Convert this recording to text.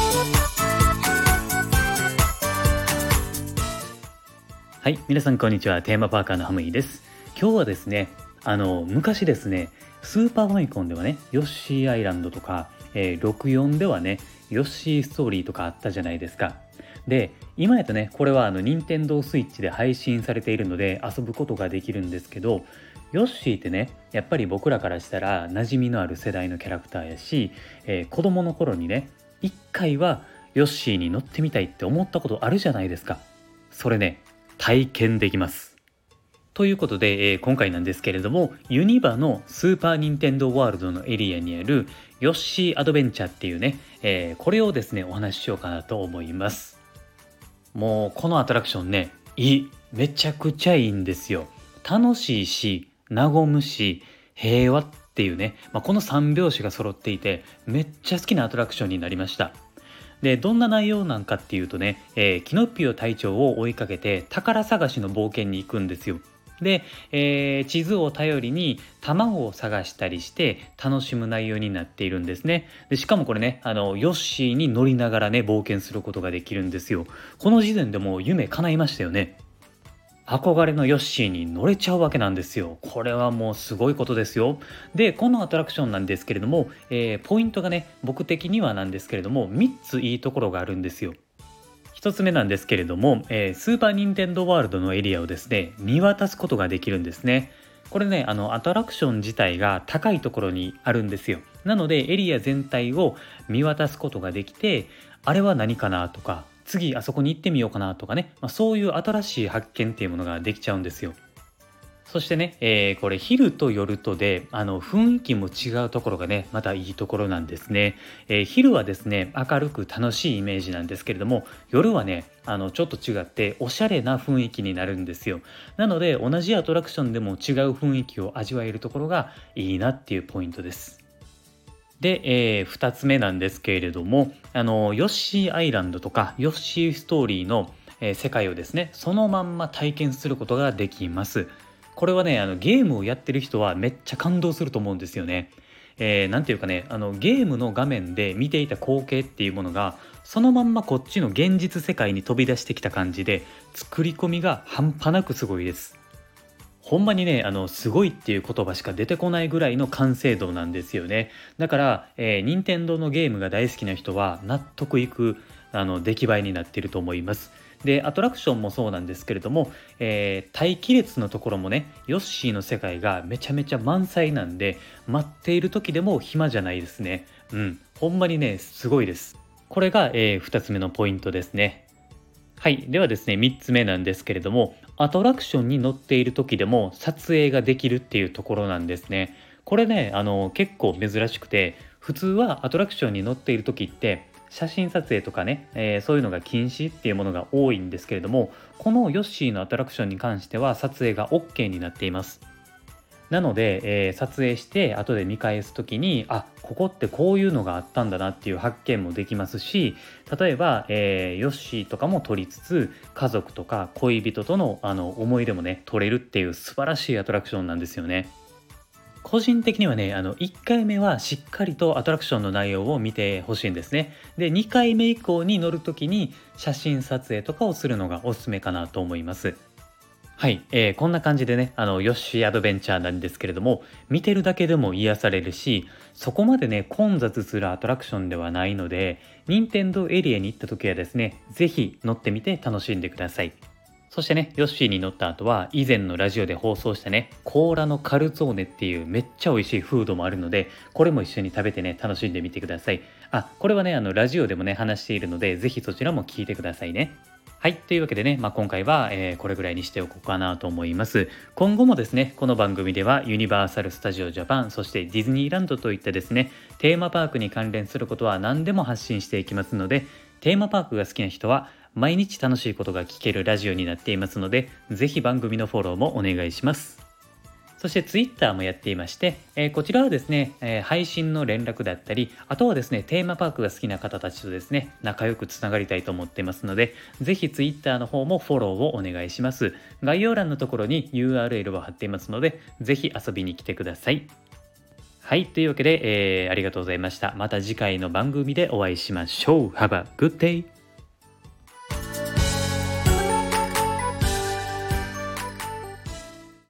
はい、皆さんこんにちは。テーマパーカーのハムイです。今日はですね、昔ですね、スーパーファミコンではね、ヨッシーアイランドとか、64ではね、ヨッシーストーリーとかあったじゃないですか。で、今やとね、これは任天堂スイッチで配信されているので遊ぶことができるんですけど、ヨッシーってね、やっぱり僕らからしたら馴染みのある世代のキャラクターやし、子供の頃にね、一回はヨッシーに乗ってみたいって思ったことあるじゃないですか。それね、体験できます。ということで、今回なんですけれども、ユニバのスーパーニンテンドーワールドのエリアにあるヨッシーアドベンチャーっていうね、これをですねお話ししようかなと思います。もうこのアトラクションね、めちゃくちゃいいんですよ。楽しいし、和むし、平和っていうね、この3拍子が揃っていて、めっちゃ好きなアトラクションになりました。で、どんな内容なんかっていうとね、キノピオ隊長を追いかけて宝探しの冒険に行くんですよ。で、地図を頼りに卵を探したりして楽しむ内容になっているんですね。で、しかもこれね、ヨッシーに乗りながらね、冒険することができるんですよ。この時点でもう夢叶いましたよね。憧れのヨッシーに乗れちゃうわけなんですよ。これはもうすごいことですよ。で、このアトラクションなんですけれども、ポイントがね、僕的にはなんですけれども、3ついいところがあるんですよ。1つ目なんですけれども、スーパーニンテンドーワールドのエリアをですね、見渡すことができるんですね。これね、アトラクション自体が高いところにあるんですよ。なので、エリア全体を見渡すことができて、あれは何かなとか、次あそこに行ってみようかなとかね、そういう新しい発見っていうものができちゃうんですよ。そしてね、これ昼と夜とで雰囲気も違うところがねまたいいところなんですね。昼はですね明るく楽しいイメージなんですけれども、夜はねちょっと違っておしゃれな雰囲気になるんですよ。なので同じアトラクションでも違う雰囲気を味わえるところがいいなっていうポイントです。で、2つ目なんですけれども、ヨッシーアイランドとかヨッシーストーリーの、世界をですねそのまんま体験することができます。これはねゲームをやってる人はめっちゃ感動すると思うんですよね。なんていうかねゲームの画面で見ていた光景っていうものがそのまんまこっちの現実世界に飛び出してきた感じで、作り込みが半端なくすごいです。ほんまにね、すごいっていう言葉しか出てこないぐらいの完成度なんですよね。だから、任天堂のゲームが大好きな人は納得いく出来栄えになっていると思います。で、アトラクションもそうなんですけれども、待機列のところもね、ヨッシーの世界がめちゃめちゃ満載なんで、待っている時でも暇じゃないですね。うん、ほんまにね、すごいです。これが、2つ目のポイントですね。はい。ではですね、3つ目なんですけれども、アトラクションに乗っている時でも撮影ができるっていうところなんですね。これね、結構珍しくて、普通はアトラクションに乗っている時って、写真撮影とかね、そういうのが禁止っていうものが多いんですけれども、このヨッシーのアトラクションに関しては撮影が OK になっています。なので、撮影して後で見返す時にここってこういうのがあったんだなっていう発見もできますし、例えば、ヨッシーとかも撮りつつ家族とか恋人との思い出もね撮れるっていう素晴らしいアトラクションなんですよね。個人的にはね1回目はしっかりとアトラクションの内容を見てほしいんですね。で、2回目以降に乗る時に写真撮影とかをするのがおすすめかなと思います。はい、こんな感じでね、ヨッシーアドベンチャーなんですけれども、見てるだけでも癒されるし、そこまでね、混雑するアトラクションではないので、任天堂エリアに行った時はですね、ぜひ乗ってみて楽しんでください。そしてね、ヨッシーに乗った後は、以前のラジオで放送したね、甲羅のカルツォーネっていうめっちゃ美味しいフードもあるので、これも一緒に食べてね、楽しんでみてください。これはね、ラジオでもね、話しているので、ぜひそちらも聞いてくださいね。はい。というわけでね、今回は、これぐらいにしておこうかなと思います。今後もですね、この番組ではユニバーサル・スタジオ・ジャパン、そしてディズニーランドといったですね、テーマパークに関連することは何でも発信していきますので、テーマパークが好きな人は毎日楽しいことが聞けるラジオになっていますので、ぜひ番組のフォローもお願いします。そしてツイッターもやっていまして、こちらはですね、配信の連絡だったり、あとはですね、テーマパークが好きな方たちとですね、仲良くつながりたいと思っていますので、ぜひツイッターの方もフォローをお願いします。概要欄のところに URL を貼っていますので、ぜひ遊びに来てください。 はい、というわけで、ありがとうございました。また次回の番組でお会いしましょう。Have a good day!